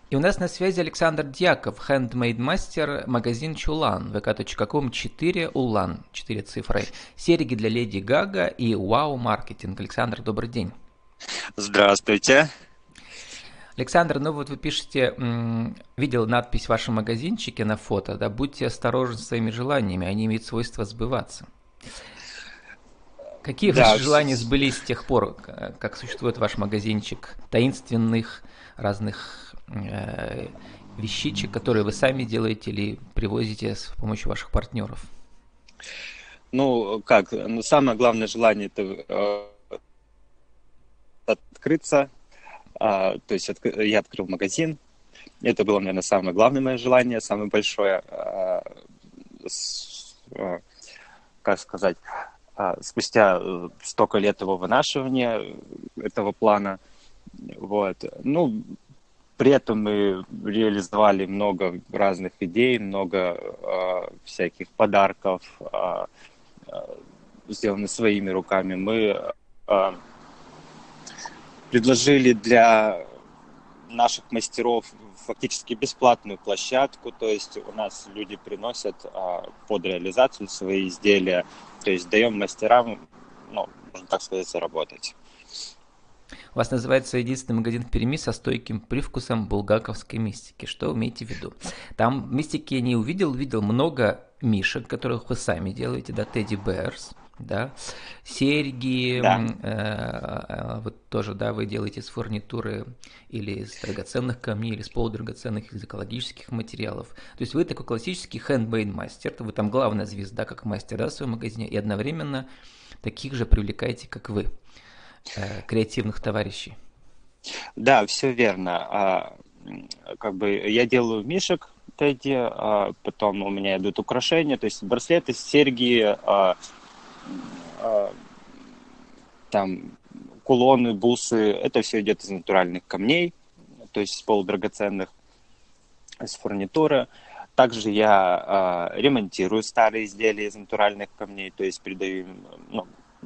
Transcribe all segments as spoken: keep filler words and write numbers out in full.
И у нас на связи Александр Дьяков, Handmade Master, магазин Чулан, вэ ка точка ком четыре Улан, четыре цифры. Серьги для Леди Гага и Вау Маркетинг. Александр, добрый день. Здравствуйте. Александр, ну вот вы пишете, м, видел надпись в вашем магазинчике на фото, да, будьте осторожны с своими желаниями, они имеют свойство сбываться. Какие Да, ваши вс- желания сбылись с тех пор, к- как существует ваш магазинчик таинственных разных э, вещичек, которые вы сами делаете или привозите с помощью ваших партнеров? ну как, ну, самое главное желание это э, открыться. А, то есть отк- я открыл магазин. Это было, наверное, самое главное мое желание, самое большое. А, с- а, как сказать, а, спустя э, столько лет его вынашивания, э, этого плана. Вот. Ну, при этом мы реализовали много разных идей, много э, всяких подарков, э, сделаны своими руками. Мы э, предложили для наших мастеров фактически бесплатную площадку, то есть у нас люди приносят а, под реализацию свои изделия, то есть даем мастерам, ну, можно так сказать, заработать. У вас называется единственный магазин в Перми со стойким привкусом булгаковской мистики. Что вы имеете в виду? Там мистики я не увидел, видел много мишек, которых вы сами делаете, да, Teddy Bears, да, серьги, Да, м, э, э, вот тоже, да, вы делаете из фурнитуры или из драгоценных камней, или из полудрагоценных, из экологических материалов. То есть вы такой классический handmade мастер, вы там главная звезда как мастер, да, в своем магазине, и одновременно таких же привлекаете, как вы, э, креативных товарищей. да, все верно. А, м, как бы я делаю мишек Тедди, а, потом у меня идут украшения, то есть браслеты, серьги, а, а, там кулоны, бусы. Это все идет из натуральных камней, то есть из полудрагоценных, из фурнитуры. Также я э, ремонтирую старые изделия из натуральных камней, то есть придаю им ну,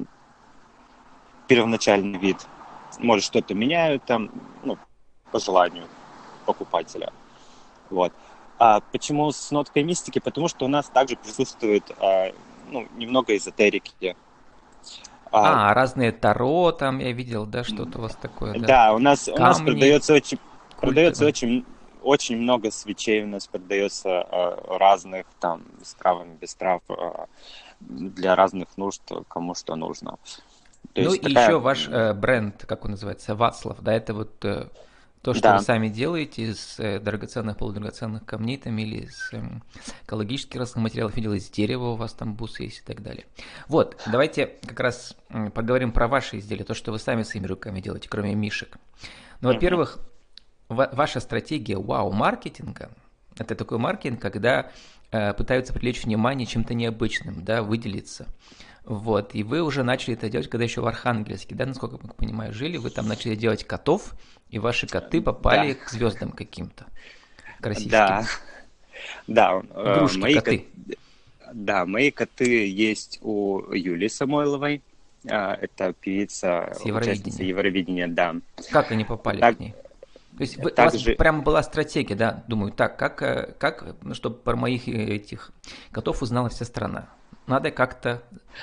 первоначальный вид. Может, что-то меняю там, ну, по желанию покупателя. Вот. А почему с ноткой мистики? Потому что у нас также присутствует э, ну, немного эзотерики. А, А, разные таро там я видел, да, что-то у вас такое, да. да, у нас, у нас Камни продается очень, продается культовые. очень, очень много свечей, у нас продается э, разных, там, с травами, без трав, э, для разных нужд, кому что нужно. То Ну есть и такая, еще ваш э, бренд, как он называется, Вацлав, да, это вот э, то, что вы да, сами делаете из э, драгоценных, полудрагоценных камней там или из эм, экологических разных материалов, видел из дерева у вас там бусы есть и так далее. Вот, давайте как раз м, поговорим про ваши изделия, то, что вы сами своими руками делаете, кроме мишек. Ну, мгм, во-первых, ва- ваша стратегия вау-маркетинга – это такой маркетинг, когда э, пытаются привлечь внимание чем-то необычным, да, выделиться. Вот, и вы уже начали это делать, когда еще в Архангельске, да, насколько я понимаю, жили, вы там начали делать котов, и ваши коты да, попали к звездам каким-то, к российским. да, да, э, Игрушки, мои, кот- коты, да, мои коты есть у Юлии Самойловой, а, это певица, с участница Евровидения. Евровидения, да. Как они попали Так, к ней? То есть вы, у вас также, прямо была стратегия, да, думаю, так, как, э, как, ну, чтобы про моих э, этих котов узнала вся страна. Надо как-то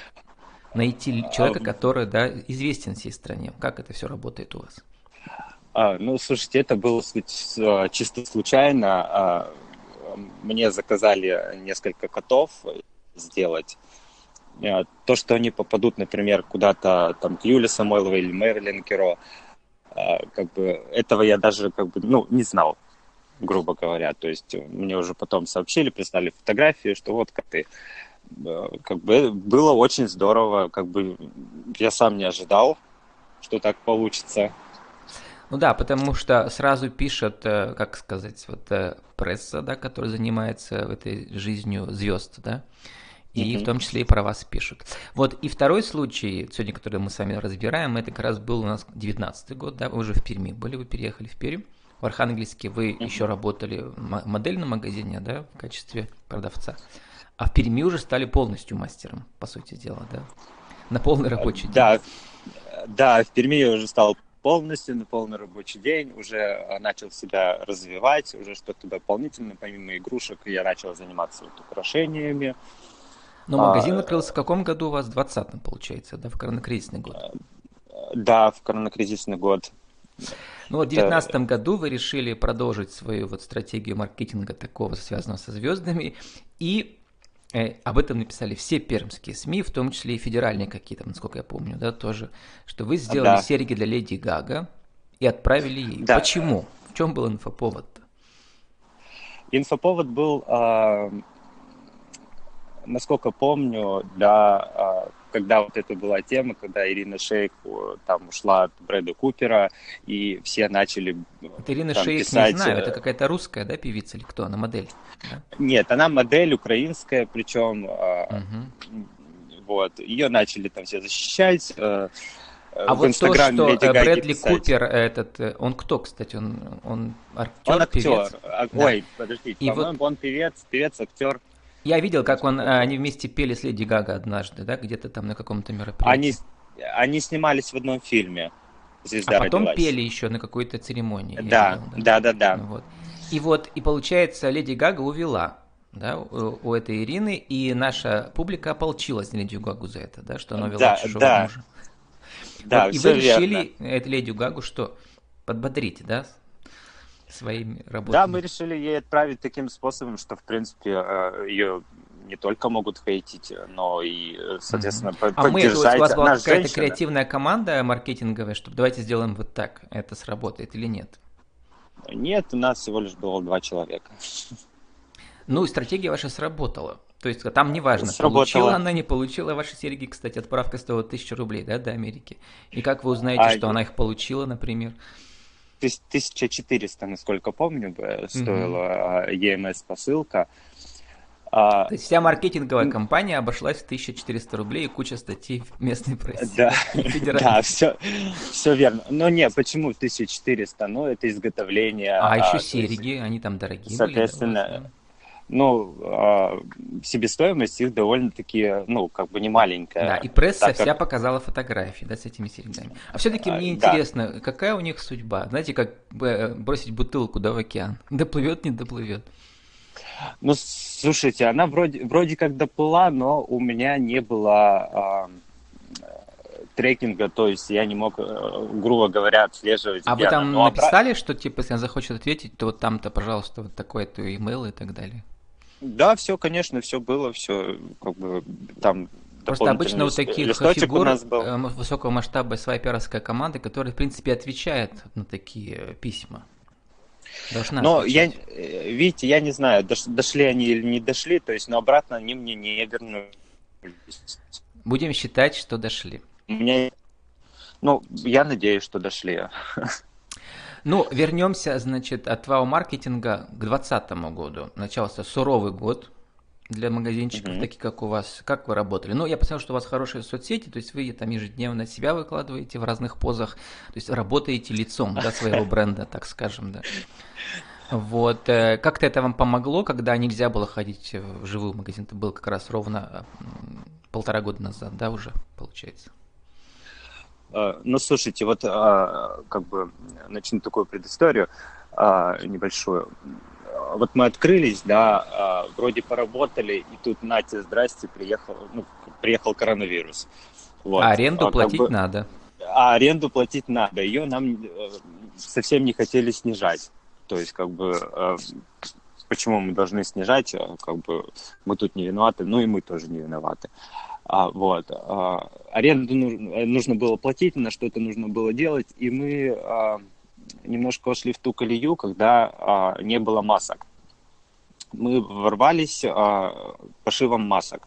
найти а, человека, который, да, известен всей стране. Как это все работает у вас? а, ну, слушайте, это было с- а, чисто случайно. А, Мне заказали несколько котов сделать. А, То, что они попадут, например, куда-то там к Юле Самойловой или Мэрилин Керо, а, как бы этого я даже как бы, ну, не знал, грубо говоря. То есть мне уже потом сообщили, прислали фотографии, что вот коты. Э, Как бы было очень здорово, как бы я сам не ожидал, что так получится. Ну да, потому что сразу пишет, э, как сказать, вот э, пресса, да, которая занимается этой жизнью звезд, да, и в Мгм. том числе и про вас пишут. Вот, и второй случай, сегодня, который мы с вами разбираем, это как раз был у нас девятнадцатый год, да, вы уже в Перми были, вы переехали в Пермь. В Архангельске вы еще Мгм. работали в модельном магазине, да, в качестве продавца. А в Перми уже стали полностью мастером, по сути дела, да, на полный рабочий день. Да, да, в Перми я уже стал полностью на полный рабочий день, уже начал себя развивать, уже что-то дополнительное, помимо игрушек, я начал заниматься вот украшениями. Но магазин открылся в каком году у вас? В двадцатом, получается, да, в коронакризисный год? Да, в коронакризисный год. Ну вот в девятнадцатом году вы решили продолжить свою вот стратегию маркетинга такого, связанного со звездами, и э, об этом написали все пермские СМИ, в том числе и федеральные какие-то, насколько я помню, да, тоже, что вы сделали Да. серьги для Леди Гага и отправили ей. Да. Почему? В чем был инфоповод-то? Инфоповод был, э, насколько помню, для... Э, когда вот это была тема, когда Ирина Шейк там ушла от Брэда Купера, и все начали это Ирина там, Шейк, писать... не знаю, это какая-то русская, да, певица или кто? Она модель? Да? Нет, она модель украинская, причем угу. вот, ее начали там все защищать. А в вот то, что Леди Гаги Брэдли писать. Купер, этот, он кто, кстати? Он, он актер, Он актер. певец? Ой, да. Подождите, и по-моему, вот... он певец, певец, актер. Я видел, как он, они вместе пели с Леди Гага однажды, да, где-то там на каком-то мероприятии. Они, они снимались в одном фильме «Звезда а потом родилась». пели еще на какой-то церемонии. Да, видел, да, да, да. Ну, вот. И вот, и получается, Леди Гага увела, да, у, у этой Ирины, и наша публика ополчилась на Леди Гагу за это, да, что она увела да, чужого да. мужа. Да, вот, и все вы решили верно. эту Леди Гагу что, подбодрить, да, своими работами? Да, мы решили ей отправить таким способом, что, в принципе, ее не только могут хейтить, но и, соответственно, mm-hmm. а поддержать. Мы, у вас была какая-то женщина. креативная команда маркетинговая, чтобы давайте сделаем вот так, это сработает или нет? Нет, у нас всего лишь было два человека. Ну, стратегия ваша сработала. То есть там неважно, Сработала. Получила она, не получила ваши серьги. Кстати, отправка стоила тысячу рублей, да, до Америки. И как вы узнаете, а что она их получила, например? тысяча четыреста, насколько помню, стоила mm-hmm. и эм эс-посылка. То есть вся маркетинговая компания обошлась в тысячу четыреста рублей и куча статей в местной прессе. Да, да, все, все верно. Но нет, почему тысяча четыреста? Ну, это изготовление. А, а еще серьги, есть, они там дорогие соответственно, были. Соответственно, ну, а, себестоимость их довольно-таки, ну, как бы не маленькая. Да, и пресса вся как... показала фотографии, да, с этими серьгами. А все-таки а, мне интересно, да. какая у них судьба? Знаете, как бросить бутылку, да, в океан? Доплывет, не доплывет? Ну, слушайте, она вроде, вроде как доплыла, но у меня не было э, трекинга, то есть я не мог, э, грубо говоря, отслеживать. А вы там но написали, обра... что, типа, если она захочет ответить, то вот там-то, пожалуйста, вот такой-то имейл и так далее? Да, все, конечно, все было, все, как бы, там... Просто обычно вот таких фигур высокого масштаба свайперовская команда, которая, в принципе, отвечает на такие письма. Должна но отвечать. я, видите, я не знаю, дошли они или не дошли, то есть, но обратно они мне не вернулись. Будем считать, что дошли. У меня, ну, я надеюсь, что дошли. Ну, вернемся, значит, от вау-маркетинга к двадцатому году. Начался суровый год для магазинчиков, mm-hmm. таких как у вас. Как вы работали? Ну, я посмотрел, что у вас хорошие соцсети, то есть вы там ежедневно себя выкладываете в разных позах, то есть работаете лицом, да, своего бренда, так скажем, да. Вот, как-то это вам помогло, когда нельзя было ходить в живую магазин? Это было как раз ровно полтора года назад, да, уже, получается? Ну, слушайте, вот как бы начну такую предысторию небольшую. Вот мы открылись, да, вроде поработали, и тут, нате, здрасте, приехал, ну, приехал коронавирус. Вот. А аренду а, платить бы, надо. А аренду платить надо. Ее нам совсем не хотели снижать. То есть, как бы, почему мы должны снижать, как бы, мы тут не виноваты, ну и мы тоже не виноваты. А, вот. А, аренду нужно, нужно было платить, на что-то нужно было делать, и мы... А, немножко вошли в ту колею, когда а, не было масок. Мы ворвались а, пошивом масок.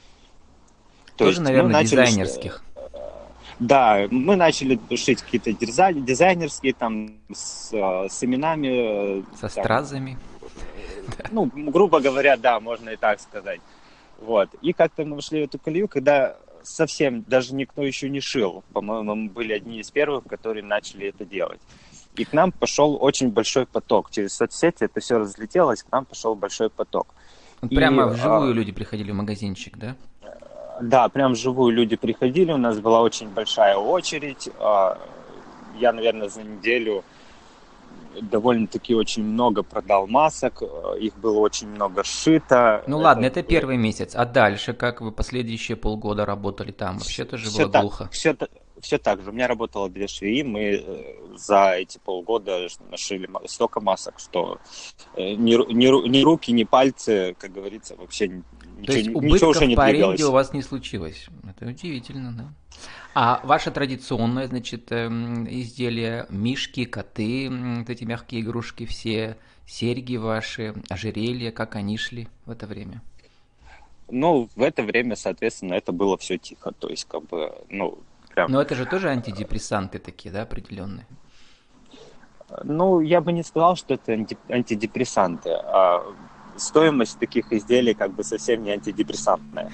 То Тоже, есть, наверное, начали, дизайнерских. Да, мы начали шить какие-то дизайн, дизайнерские, там, с, с именами. Со там, стразами. Ну, грубо говоря, да, можно и так сказать. Вот. И как-то мы вошли в эту колею, когда совсем даже никто еще не шил. По-моему, мы были одни из первых, которые начали это делать. И к нам пошел очень большой поток. Через соцсети это все разлетелось, к нам пошел большой поток. Прямо и, вживую а, люди приходили в магазинчик, да? Да, прям вживую люди приходили, у нас была очень большая очередь. А, я, наверное, за неделю довольно-таки очень много продал масок, их было очень много сшито. Ну ладно, это первый месяц, а дальше как вы последующие полгода работали там? Вообще тоже Все было так, глухо. все, все так же. У меня работало две швеи, мы за эти полгода нашили столько масок, что ни, ни, ни руки, ни пальцы, как говорится, вообще ничего, То есть ничего уже убытков не по аренде двигалось. у вас не случилось. Это удивительно, да. А ваше традиционное, значит, изделие, мишки, коты, вот эти мягкие игрушки, все серьги ваши, ожерелья, как они шли в это время? Ну, в это время, соответственно, это было все тихо. То есть, как бы, ну, прям... Но это же тоже антидепрессанты такие, да, определенные? Ну, я бы не сказал, что это анти- антидепрессанты. А стоимость таких изделий как бы совсем не антидепрессантная.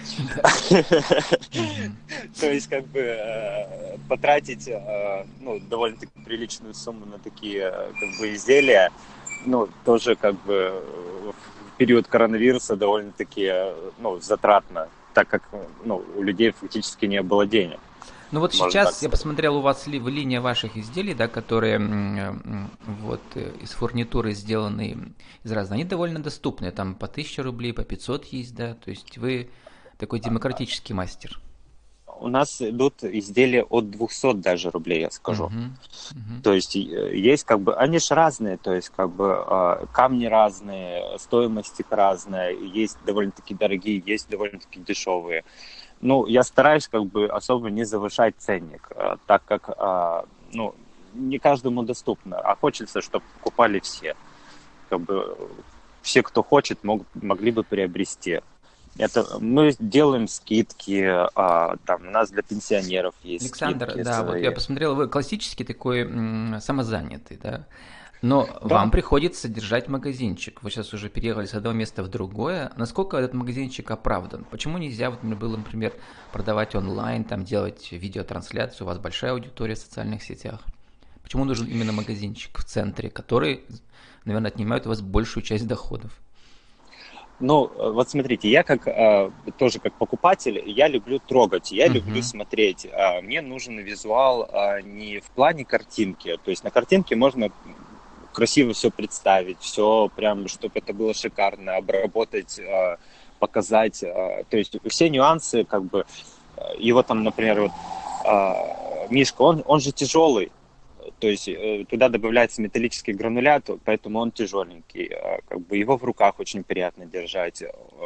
То есть, как бы, потратить, ну, довольно-таки приличную сумму на такие, как бы, изделия, ну, тоже, как бы, в период коронавируса довольно-таки, ну, затратно, так как, ну, у людей фактически не было денег. Ну вот Можно так сейчас я сказать. посмотрел, у вас ли, линия ваших изделий, да, которые вот из фурнитуры сделаны из разных, они довольно доступны, там по тысяче рублей, по пятьсот есть, да, то есть вы такой демократический мастер. У нас идут изделия от двухсот даже рублей, я скажу. Угу, угу. То есть есть как бы, они же разные, то есть как бы камни разные, стоимость их разная, есть довольно-таки дорогие, есть довольно-таки дешевые. Ну, я стараюсь как бы особо не завышать ценник, так как, ну, не каждому доступно, а хочется, чтобы покупали все. Как бы все, кто хочет, мог, могли бы приобрести. Это мы делаем скидки, а, там у нас для пенсионеров есть Александр, скидки да, вот я свои. посмотрел, вы классический такой м, самозанятый, да, но Да. вам приходится держать магазинчик. Вы сейчас уже переехали с одного места в другое. Насколько этот магазинчик оправдан? Почему нельзя вот было, например, продавать онлайн, там делать видеотрансляцию? У вас большая аудитория в социальных сетях. Почему нужен именно магазинчик в центре, который, наверное, отнимает у вас большую часть доходов? Ну, вот смотрите, я как тоже как покупатель, я люблю трогать, я Угу. люблю смотреть. Мне нужен визуал не в плане картинки, то есть на картинке можно красиво все представить, все прям, чтобы это было шикарно, обработать, показать, то есть все нюансы, как бы, его там, например, вот мишка, он, он же тяжелый, то есть туда добавляется металлический гранулят, поэтому он тяжеленький, как бы его в руках очень приятно держать,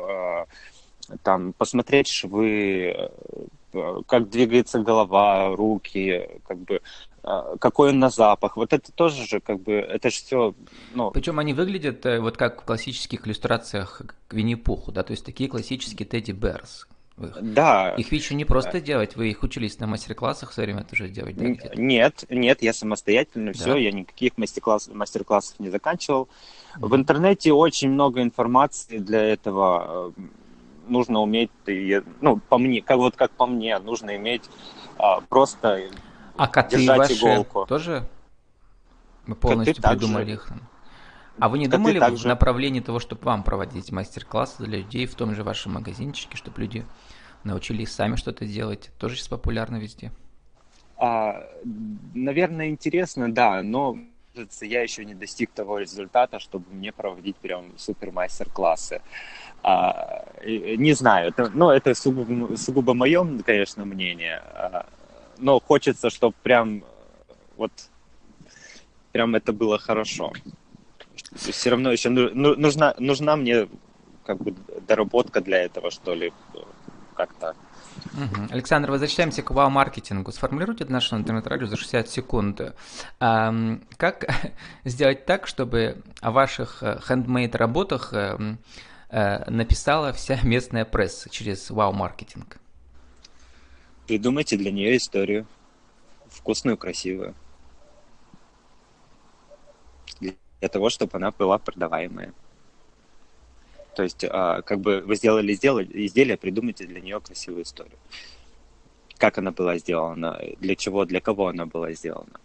там посмотреть швы, как двигается голова, руки, как бы какой он на запах. Вот это тоже же, как бы, это же все, ну... Причем они выглядят вот как в классических иллюстрациях к Винни-Пуху, да, то есть такие классические Тедди Берс. Да. Их ведь еще не просто делать, вы их учились на мастер-классах в свое время тоже делать, да, где-то? Нет, нет, я самостоятельно, да. Все, я никаких мастер-классов, мастер-классов не заканчивал. Mm-hmm. В интернете очень много информации для этого. Нужно уметь, ну, по мне, как вот как по мне, нужно иметь а, просто а коты держать ваши иголку. Тоже вы полностью коты придумали также... их? А вы не коты думали также... в направлении того, чтобы вам проводить мастер-классы для людей в том же вашем магазинчике, чтобы люди научились сами что-то делать? Тоже сейчас популярно везде. А, наверное, интересно, да, но кажется, я еще не достиг того результата, чтобы мне проводить прям супер мастер-классы. А, не знаю, это, ну, это сугубо, сугубо мое, конечно, мнение, но хочется, чтобы прям вот прям это было хорошо. Все равно еще нужна, нужна мне как бы доработка для этого, что ли, как-то. Угу. Александр, возвращаемся к вау-маркетингу. Сформулируйте для нашего интернет-радио за шестьдесят секунд. А, как сделать так, чтобы о ваших хендмейд-работах написала вся местная пресса через вау-маркетинг? Придумайте для нее историю. Вкусную, красивую. Для того, чтобы она была продаваемая. То есть, как бы вы сделали изделие, придумайте для нее красивую историю. Как она была сделана, для чего, для кого она была сделана.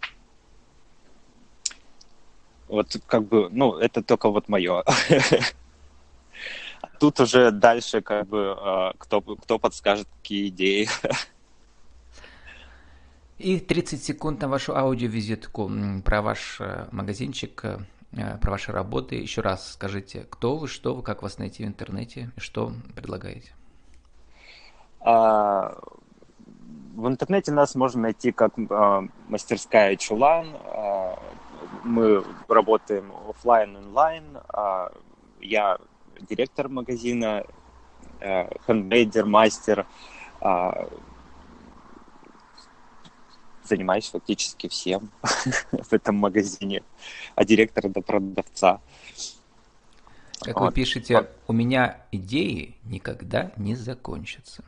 Вот как бы, ну, это только вот мое. Тут уже дальше, как бы, кто, кто подскажет, какие идеи. И тридцать секунд на вашу аудиовизитку про ваш магазинчик, про ваши работы. Еще раз скажите, кто вы, что вы, как вас найти в интернете, и что предлагаете? А, в интернете нас можно найти как а, мастерская Чулан. А, мы работаем офлайн, онлайн. А, я директор магазина, а, хендмейдер, мастер. А, занимаюсь фактически всем в этом магазине, от директора до продавца. Как вот. Вы пишете, у меня идеи никогда не закончатся.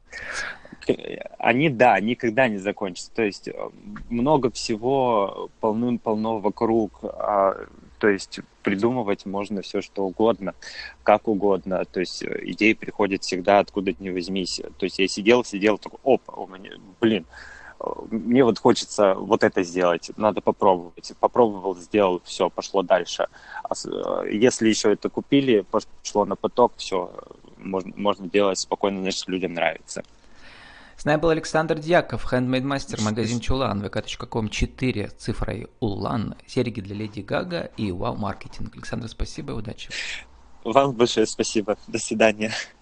Они, да, никогда не закончатся. То есть много всего полным-полно вокруг. То есть придумывать можно все, что угодно, как угодно. То есть идеи приходят всегда, откуда ни возьмись. То есть я сидел, сидел, такой, опа, у меня, блин, мне вот хочется вот это сделать, надо попробовать. Попробовал, сделал, все, пошло дальше. Если еще это купили, пошло на поток, все, можно, можно делать спокойно, значит, людям нравится. С нами был Александр Дьяков, Handmade Master, магазин Чулан, вэ ка точка ком, четыре цифрой Улан, серьги для Леди Гага и Вау Маркетинг. Александр, спасибо и удачи. Вам большое спасибо. До свидания.